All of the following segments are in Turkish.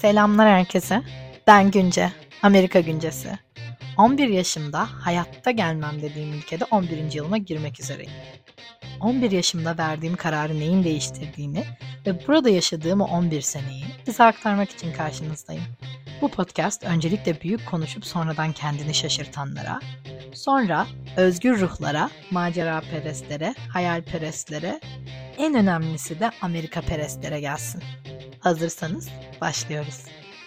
Selamlar herkese. Ben Günce, Amerika Güncesi. 11 yaşımda hayatta gelmem dediğim ülkede 11. yılıma girmek üzereyim. 11 yaşımda verdiğim kararı neyin değiştirdiğini ve burada yaşadığım o 11 seneyi size aktarmak için karşınızdayım. Bu podcast öncelikle büyük konuşup sonradan kendini şaşırtanlara, sonra özgür ruhlara, maceraperestlere, hayalperestlere, en önemlisi de Amerikaperestlere gelsin. Hazırsanız başlıyoruz.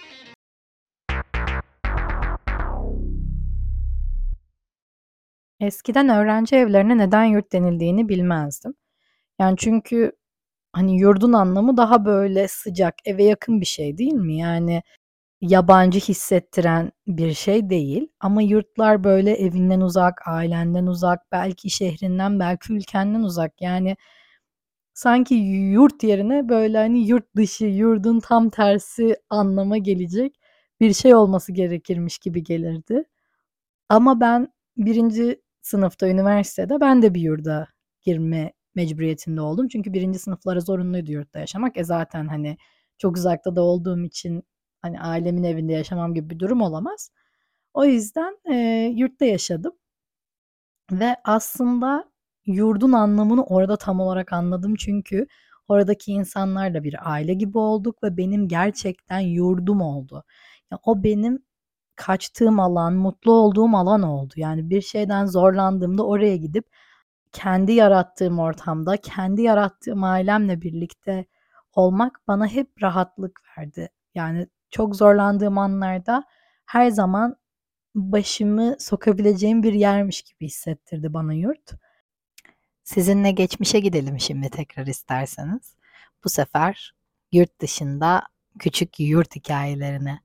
Eskiden öğrenci evlerine neden yurt denildiğini bilmezdim. Yani çünkü hani yurdun anlamı daha böyle sıcak, eve yakın bir şey değil mi? Yani yabancı hissettiren bir şey değil. Ama yurtlar böyle evinden uzak, ailenden uzak, belki şehrinden, belki ülkenden uzak. Yani sanki yurt yerine böyle hani yurt dışı, yurdun tam tersi anlama gelecek bir şey olması gerekirmiş gibi gelirdi. Ama ben birinci sınıfta üniversitede ben de bir yurda girme mecburiyetinde oldum. Çünkü birinci sınıflara zorunluydu yurtta yaşamak. Zaten hani çok uzakta da olduğum için hani ailemin evinde yaşamam gibi bir durum olamaz. O yüzden yurtta yaşadım ve aslında yurdun anlamını orada tam olarak anladım. Çünkü oradaki insanlarla bir aile gibi olduk ve benim gerçekten yurdum oldu. Ya o benim kaçtığım alan, mutlu olduğum alan oldu. Yani bir şeyden zorlandığımda oraya gidip kendi yarattığım ortamda, kendi yarattığım ailemle birlikte olmak bana hep rahatlık verdi. Yani çok zorlandığım anlarda her zaman başımı sokabileceğim bir yermiş gibi hissettirdi bana yurt. Sizinle geçmişe gidelim şimdi tekrar isterseniz. Bu sefer yurt dışında küçük yurt hikayelerine.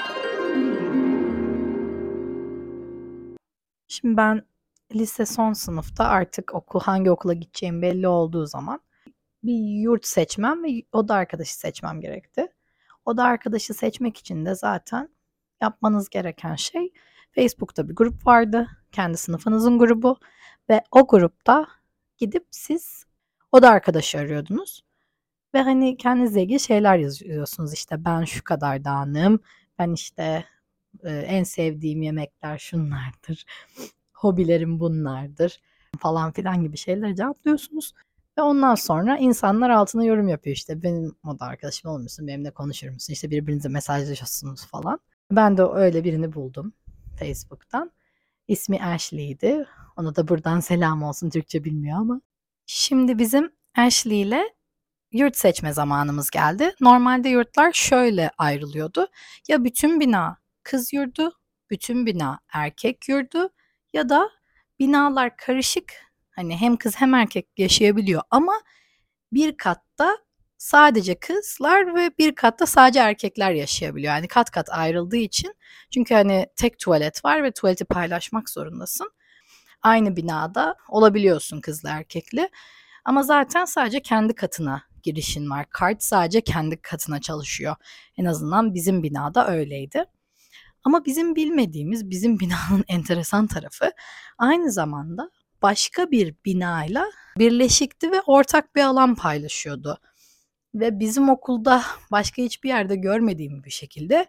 Şimdi ben lise son sınıfta artık hangi okula gideceğim belli olduğu zaman bir yurt seçmem ve oda arkadaşı seçmem gerekti. Oda arkadaşı seçmek için de zaten yapmanız gereken şey Facebook'ta bir grup vardı. Kendi sınıfınızın grubu ve o grupta gidip siz oda arkadaşı arıyordunuz. Ve hani kendinizle ilgili şeyler yazıyorsunuz. İşte ben şu kadar dağınığım. Ben işte en sevdiğim yemekler şunlardır. Hobilerim bunlardır falan filan gibi şeyleri cevaplıyorsunuz. Ve ondan sonra insanlar altına yorum yapıyor işte benim oda arkadaşım olur musun, benimle konuşur musun, işte birbirinize mesajlaşıyorsunuz falan. Ben de öyle birini buldum Facebook'tan. İsmi Ashley'di. Ona da buradan selam olsun, Türkçe bilmiyor ama. Şimdi bizim Ashley ile yurt seçme zamanımız geldi. Normalde yurtlar şöyle ayrılıyordu. Ya bütün bina kız yurdu, bütün bina erkek yurdu ya da binalar karışık. Hani hem kız hem erkek yaşayabiliyor ama bir katta sadece kızlar ve bir katta sadece erkekler yaşayabiliyor. Yani kat kat ayrıldığı için. Çünkü hani tek tuvalet var ve tuvaleti paylaşmak zorundasın. Aynı binada olabiliyorsun kızla erkekli. Ama zaten sadece kendi katına girişin var. Kart sadece kendi katına çalışıyor. En azından bizim binada öyleydi. Ama bizim bilmediğimiz, bizim binanın enteresan tarafı aynı zamanda başka bir binayla birleşikti ve ortak bir alan paylaşıyordu. Ve bizim okulda başka hiçbir yerde görmediğim bir şekilde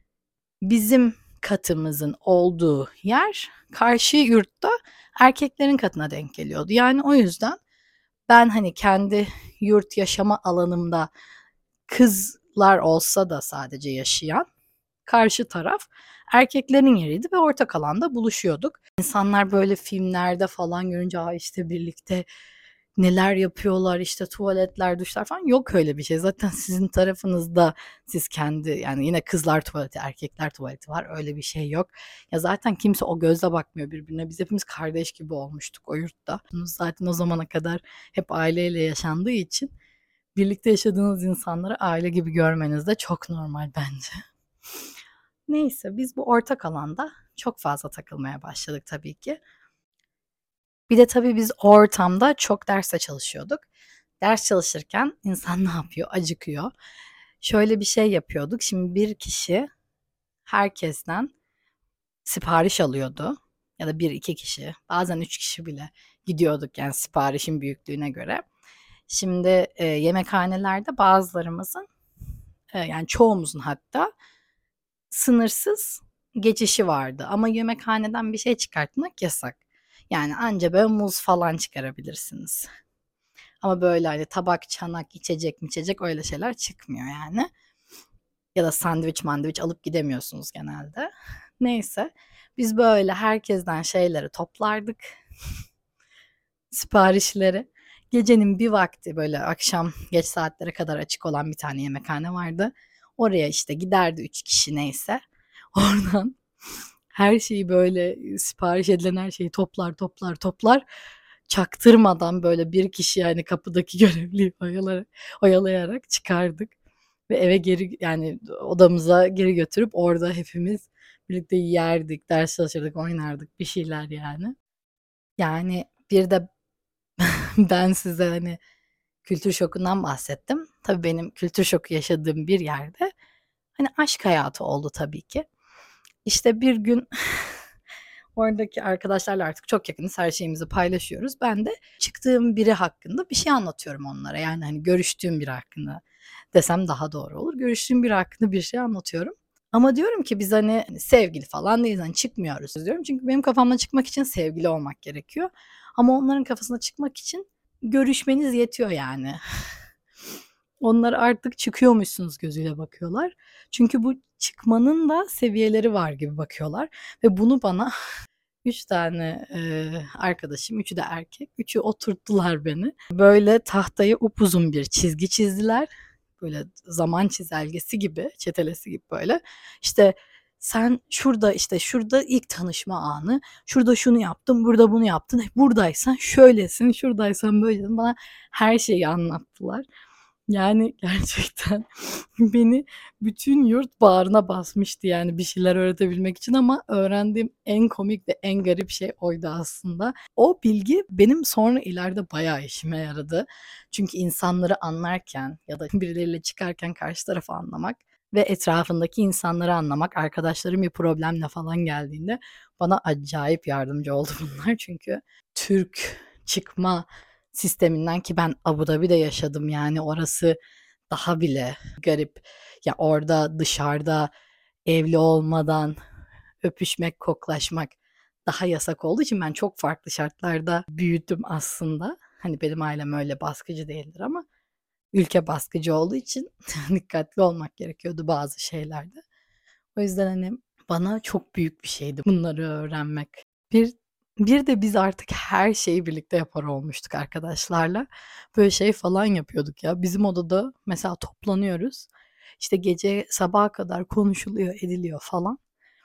bizim katımızın olduğu yer karşı yurtta erkeklerin katına denk geliyordu. Yani o yüzden ben hani kendi yurt yaşama alanımda kızlar olsa da sadece yaşayan karşı taraf erkeklerin yeriydi ve ortak alanda buluşuyorduk. İnsanlar böyle filmlerde falan görünce işte birlikte neler yapıyorlar, işte tuvaletler, duşlar falan, yok öyle bir şey. Zaten sizin tarafınızda siz kendi, yani yine kızlar tuvaleti, erkekler tuvaleti var. Öyle bir şey yok. Ya zaten kimse o gözle bakmıyor birbirine. Biz hepimiz kardeş gibi olmuştuk o yurtta. Zaten o zamana kadar hep aileyle yaşandığı için birlikte yaşadığınız insanları aile gibi görmeniz de çok normal bence. Neyse, biz bu ortak alanda çok fazla takılmaya başladık tabii ki. Bir de tabii biz o ortamda çok derste çalışıyorduk. Ders çalışırken insan ne yapıyor? Acıkıyor. Şöyle bir şey yapıyorduk. Şimdi bir kişi herkesten sipariş alıyordu. Ya da bir iki kişi, bazen 3 kişi bile gidiyorduk yani siparişin büyüklüğüne göre. Şimdi yemekhanelerde bazılarımızın yani çoğumuzun hatta sınırsız geçişi vardı ama yemekhaneden bir şey çıkartmak yasak. Yani anca böyle muz falan çıkarabilirsiniz. Ama böyle hani tabak, çanak, içecek miçecek öyle şeyler çıkmıyor yani. Ya da sandviç mandviç alıp gidemiyorsunuz genelde. Neyse biz böyle herkesten şeyleri toplardık. Siparişleri. Gecenin bir vakti böyle akşam geç saatlere kadar açık olan bir tane yemekhane vardı. Oraya işte giderdi 3 kişi neyse. Oradan her şeyi böyle sipariş edilen her şeyi toplar toplar toplar. Çaktırmadan böyle bir kişi yani kapıdaki görevliyi oyalayarak çıkardık. Ve eve geri yani odamıza geri götürüp orada hepimiz birlikte yerdik, ders çalışırdık, oynardık bir şeyler yani. Yani bir de ben size hani kültür şokundan bahsettim. Tabii benim kültür şoku yaşadığım bir yerde hani aşk hayatı oldu tabii ki. İşte bir gün oradaki arkadaşlarla artık çok yakınız, her şeyimizi paylaşıyoruz. Ben de çıktığım biri hakkında bir şey anlatıyorum onlara. Yani hani görüştüğüm biri hakkında desem daha doğru olur. Görüştüğüm biri hakkında bir şey anlatıyorum. Ama diyorum ki biz hani sevgili falan değiliz, hani çıkmıyoruz diyorum. Çünkü benim kafamdan çıkmak için sevgili olmak gerekiyor. Ama onların kafasına çıkmak için görüşmeniz yetiyor yani. Onlar artık çıkıyormuşsunuz gözüyle bakıyorlar. Çünkü bu çıkmanın da seviyeleri var gibi bakıyorlar. Ve bunu bana 3 tane arkadaşım, üçü de erkek, üçü oturttular beni. Böyle tahtaya upuzun bir çizgi çizdiler. Böyle zaman çizelgesi gibi, çetelesi gibi böyle. İşte sen şurada işte şurada ilk tanışma anı, şurada şunu yaptın, burada bunu yaptın, buradaysan şöylesin, şuradaysan böylesin. Bana her şeyi anlattılar. Yani gerçekten beni bütün yurt bağrına basmıştı yani bir şeyler öğretebilmek için ama öğrendiğim en komik ve en garip şey oydu aslında. O bilgi benim sonra ileride bayağı işime yaradı. Çünkü insanları anlarken ya da birileriyle çıkarken karşı tarafı anlamak ve etrafındaki insanları anlamak, arkadaşlarım bir problemle falan geldiğinde bana acayip yardımcı oldu bunlar. Çünkü Türk çıkma sisteminden ki ben Abu Dhabi'de yaşadım yani orası daha bile garip. Ya orada dışarıda evli olmadan öpüşmek, koklaşmak daha yasak olduğu için ben çok farklı şartlarda büyüdüm aslında. Hani benim ailem öyle baskıcı değildir ama ülke baskıcı olduğu için dikkatli olmak gerekiyordu bazı şeylerde. O yüzden hani bana çok büyük bir şeydi bunları öğrenmek. Bir bir de biz artık her şeyi birlikte yapar olmuştuk arkadaşlarla. Böyle şey falan yapıyorduk ya. Bizim odada mesela toplanıyoruz. İşte gece sabaha kadar konuşuluyor, ediliyor falan.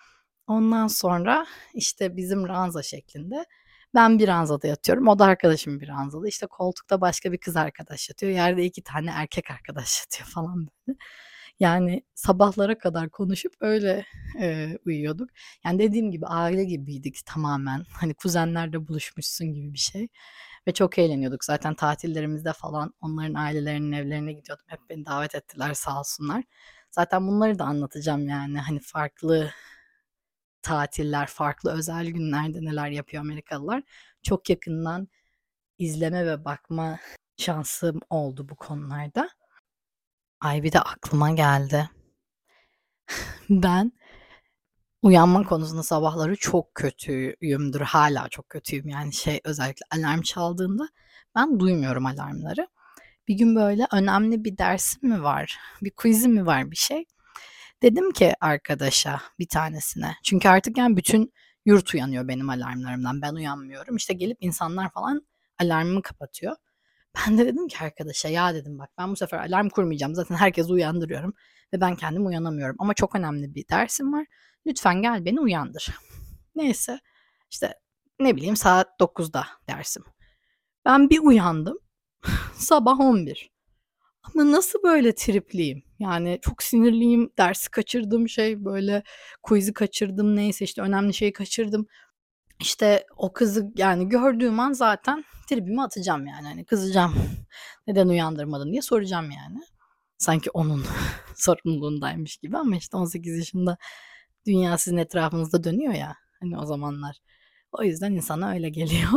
Ondan sonra işte bizim ranza şeklinde. Ben bir ranzada yatıyorum. O da arkadaşım bir ranzada. İşte koltukta başka bir kız arkadaş yatıyor. Yerde 2 tane erkek arkadaş yatıyor falan böyle. Yani sabahlara kadar konuşup öyle, uyuyorduk. Yani dediğim gibi aile gibiydik tamamen. Hani kuzenlerle buluşmuşsun gibi bir şey ve çok eğleniyorduk. Zaten tatillerimizde falan onların ailelerinin evlerine gidiyordum. Hep beni davet ettiler sağ olsunlar. Zaten bunları da anlatacağım yani. Hani farklı tatiller, farklı özel günlerde neler yapıyor Amerikalılar. Çok yakından izleme ve bakma şansım oldu bu konularda. Ay bir de aklıma geldi. Ben uyanma konusunda sabahları çok kötüyümdür. Hala çok kötüyüm. Yani şey özellikle alarm çaldığında ben duymuyorum alarmları. Bir gün böyle önemli bir dersim mi var, bir quizim mi var bir şey. Dedim ki arkadaşa bir tanesine. Çünkü artık yani bütün yurt uyanıyor benim alarmlarımdan. Ben uyanmıyorum. İşte gelip insanlar falan alarmımı kapatıyor. Ben de dedim ki arkadaşa ya dedim bak ben bu sefer alarm kurmayacağım. Zaten herkesi uyandırıyorum ve ben kendim uyanamıyorum. Ama çok önemli bir dersim var. Lütfen gel beni uyandır. Neyse işte ne bileyim saat 9'da dersim. Ben bir uyandım. Sabah 11. Ama nasıl böyle tripliyim? Yani çok sinirliyim. Dersi kaçırdım şey böyle quiz'i kaçırdım neyse işte önemli şeyi kaçırdım. İşte o kızı yani gördüğüm an zaten tribimi atacağım yani. Hani kızacağım. Neden uyandırmadın diye soracağım yani. Sanki onun sorumluluğundaymış gibi ama işte 18 yaşında dünya sizin etrafınızda dönüyor ya. Hani o zamanlar. O yüzden insana öyle geliyor.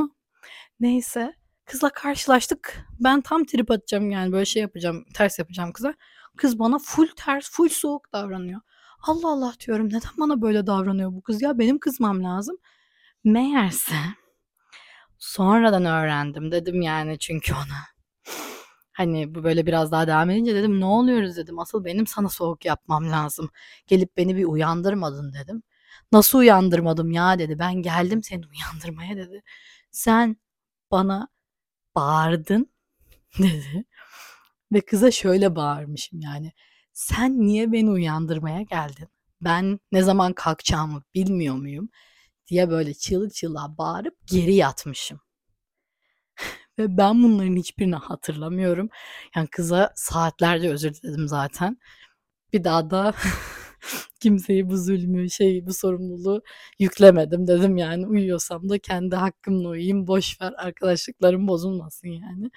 Neyse. Kızla karşılaştık. Ben tam trip atacağım yani böyle şey yapacağım, ters yapacağım kıza. Kız bana full ters, full soğuk davranıyor. Allah Allah diyorum, neden bana böyle davranıyor bu kız ya? Benim kızmam lazım. Meğerse sonradan öğrendim, dedim yani çünkü ona. Hani bu böyle biraz daha devam edince dedim ne oluyoruz dedim. Asıl benim sana soğuk yapmam lazım. Gelip beni bir uyandırmadın dedim. Nasıl uyandırmadım ya dedi. Ben geldim seni uyandırmaya dedi. Sen bana bağırdın dedi. Ve kıza şöyle bağırmışım yani. Sen niye beni uyandırmaya geldin? Ben ne zaman kalkacağımı bilmiyor muyum? Diye böyle çığlık çığlığa bağırıp geri yatmışım. Ve ben bunların hiçbirini hatırlamıyorum. Yani kıza saatlerce özür diledim zaten. Bir daha da kimseyi bu zulmü, bu sorumluluğu yüklemedim. Dedim yani uyuyorsam da kendi hakkımla uyuyayım. Boş ver, arkadaşlıklarım bozulmasın yani.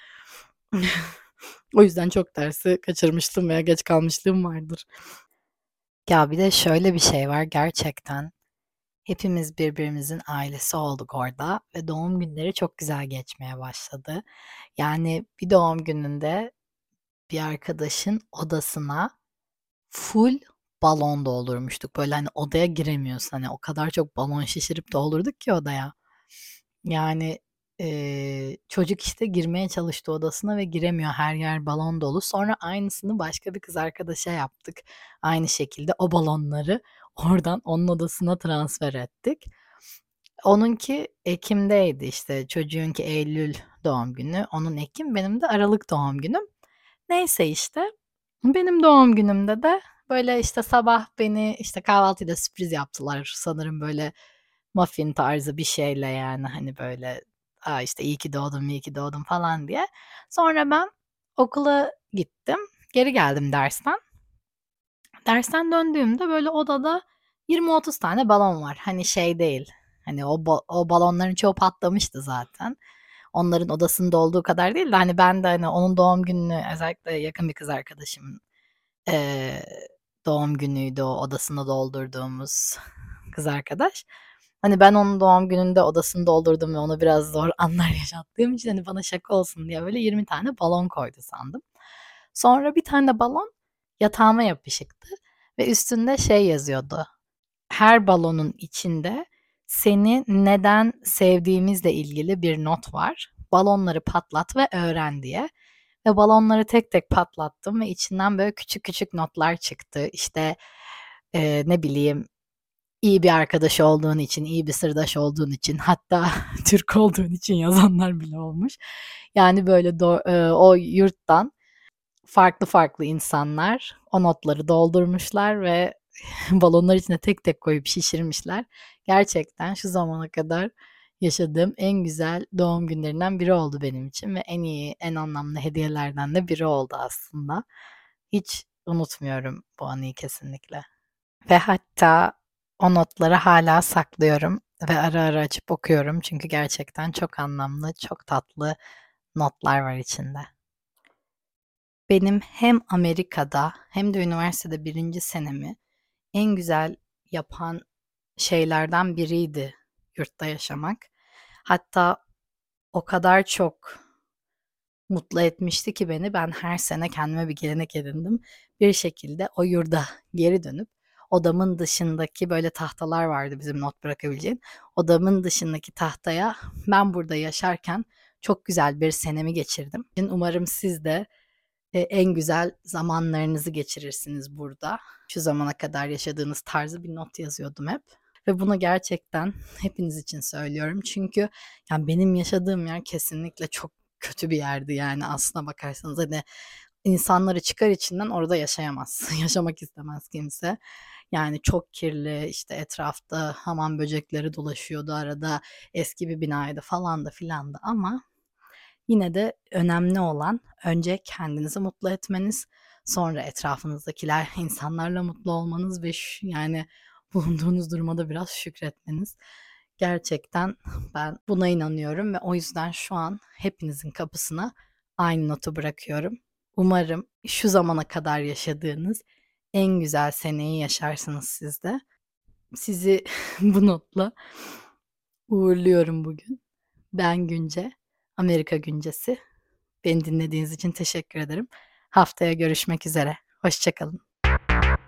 O yüzden çok dersi kaçırmıştım veya geç kalmışlığım vardır. Ya bir de şöyle bir şey var gerçekten. Hepimiz birbirimizin ailesi olduk orada ve doğum günleri çok güzel geçmeye başladı. Yani bir doğum gününde bir arkadaşın odasına full balon doldurmuştuk. Böyle hani odaya giremiyorsun. Hani o kadar çok balon şişirip doldurduk ki odaya. Yani çocuk işte girmeye çalıştı odasına ve giremiyor. Her yer balon dolu. Sonra aynısını başka bir kız arkadaşa yaptık. Aynı şekilde o balonları oradan onun odasına transfer ettik. Onunki Ekim'deydi işte. Çocuğunki Eylül doğum günü. Onun Ekim, benim de Aralık doğum günüm. Neyse işte. Benim doğum günümde de böyle işte sabah beni işte kahvaltıda sürpriz yaptılar. Sanırım böyle muffin tarzı bir şeyle yani hani böyle işte iyi ki doğdum, iyi ki doğdum falan diye. Sonra ben okula gittim. Geri geldim dersten. Dersten döndüğümde böyle odada 20-30 tane balon var. Hani şey değil. Hani o balonların çoğu patlamıştı zaten. Onların odasında olduğu kadar değil de hani ben de hani onun doğum gününü, özellikle yakın bir kız arkadaşımın eee, doğum günüydü o odasında doldurduğumuz kız arkadaş. Hani ben onun doğum gününde odasını doldurdum ve ona biraz zor anlar yaşattığım için hani bana şaka olsun diye böyle 20 tane balon koydu sandım. Sonra bir tane balon yatağıma yapışıktı ve üstünde şey yazıyordu. Her balonun içinde seni neden sevdiğimizle ilgili bir not var. Balonları patlat ve öğren diye. Ve balonları tek tek patlattım ve içinden böyle küçük küçük notlar çıktı. İşte ne bileyim, iyi bir arkadaş olduğun için, iyi bir sırdaş olduğun için, hatta Türk olduğun için yazanlar bile olmuş. Yani böyle o yurttan farklı farklı insanlar o notları doldurmuşlar ve balonlar içine tek tek koyup şişirmişler. Gerçekten şu zamana kadar yaşadığım en güzel doğum günlerinden biri oldu benim için ve en iyi, en anlamlı hediyelerden de biri oldu aslında. Hiç unutmuyorum bu anıyı kesinlikle. Ve hatta o notları hala saklıyorum ve ara ara açıp okuyorum çünkü gerçekten çok anlamlı, çok tatlı notlar var içinde. Benim hem Amerika'da hem de üniversitede birinci senemi en güzel yapan şeylerden biriydi yurtta yaşamak. Hatta o kadar çok mutlu etmişti ki beni, ben her sene kendime bir gelenek edindim. Bir şekilde o yurda geri dönüp odamın dışındaki böyle tahtalar vardı bizim not bırakabileceğin. Odamın dışındaki tahtaya ben burada yaşarken çok güzel bir senemi geçirdim. Umarım siz de en güzel zamanlarınızı geçirirsiniz burada. Şu zamana kadar yaşadığınız tarzı bir not yazıyordum hep. Ve bunu gerçekten hepiniz için söylüyorum. Çünkü yani benim yaşadığım yer kesinlikle çok kötü bir yerdi yani aslına bakarsanız. Hani insanları çıkar içinden, orada yaşayamaz. Yaşamak istemez kimse. Yani çok kirli, işte etrafta hamam böcekleri dolaşıyordu arada. Eski bir binaydı falan da filan da, ama yine de önemli olan önce kendinizi mutlu etmeniz, sonra etrafınızdakiler insanlarla mutlu olmanız ve yani bulunduğunuz duruma da biraz şükretmeniz. Gerçekten ben buna inanıyorum ve o yüzden şu an hepinizin kapısına aynı notu bırakıyorum. Umarım şu zamana kadar yaşadığınız en güzel seneyi yaşarsınız siz de. Sizi bu notla uğurluyorum bugün. Ben Günce, Amerika Güncesi. Beni dinlediğiniz için teşekkür ederim. Haftaya görüşmek üzere. Hoşça kalın.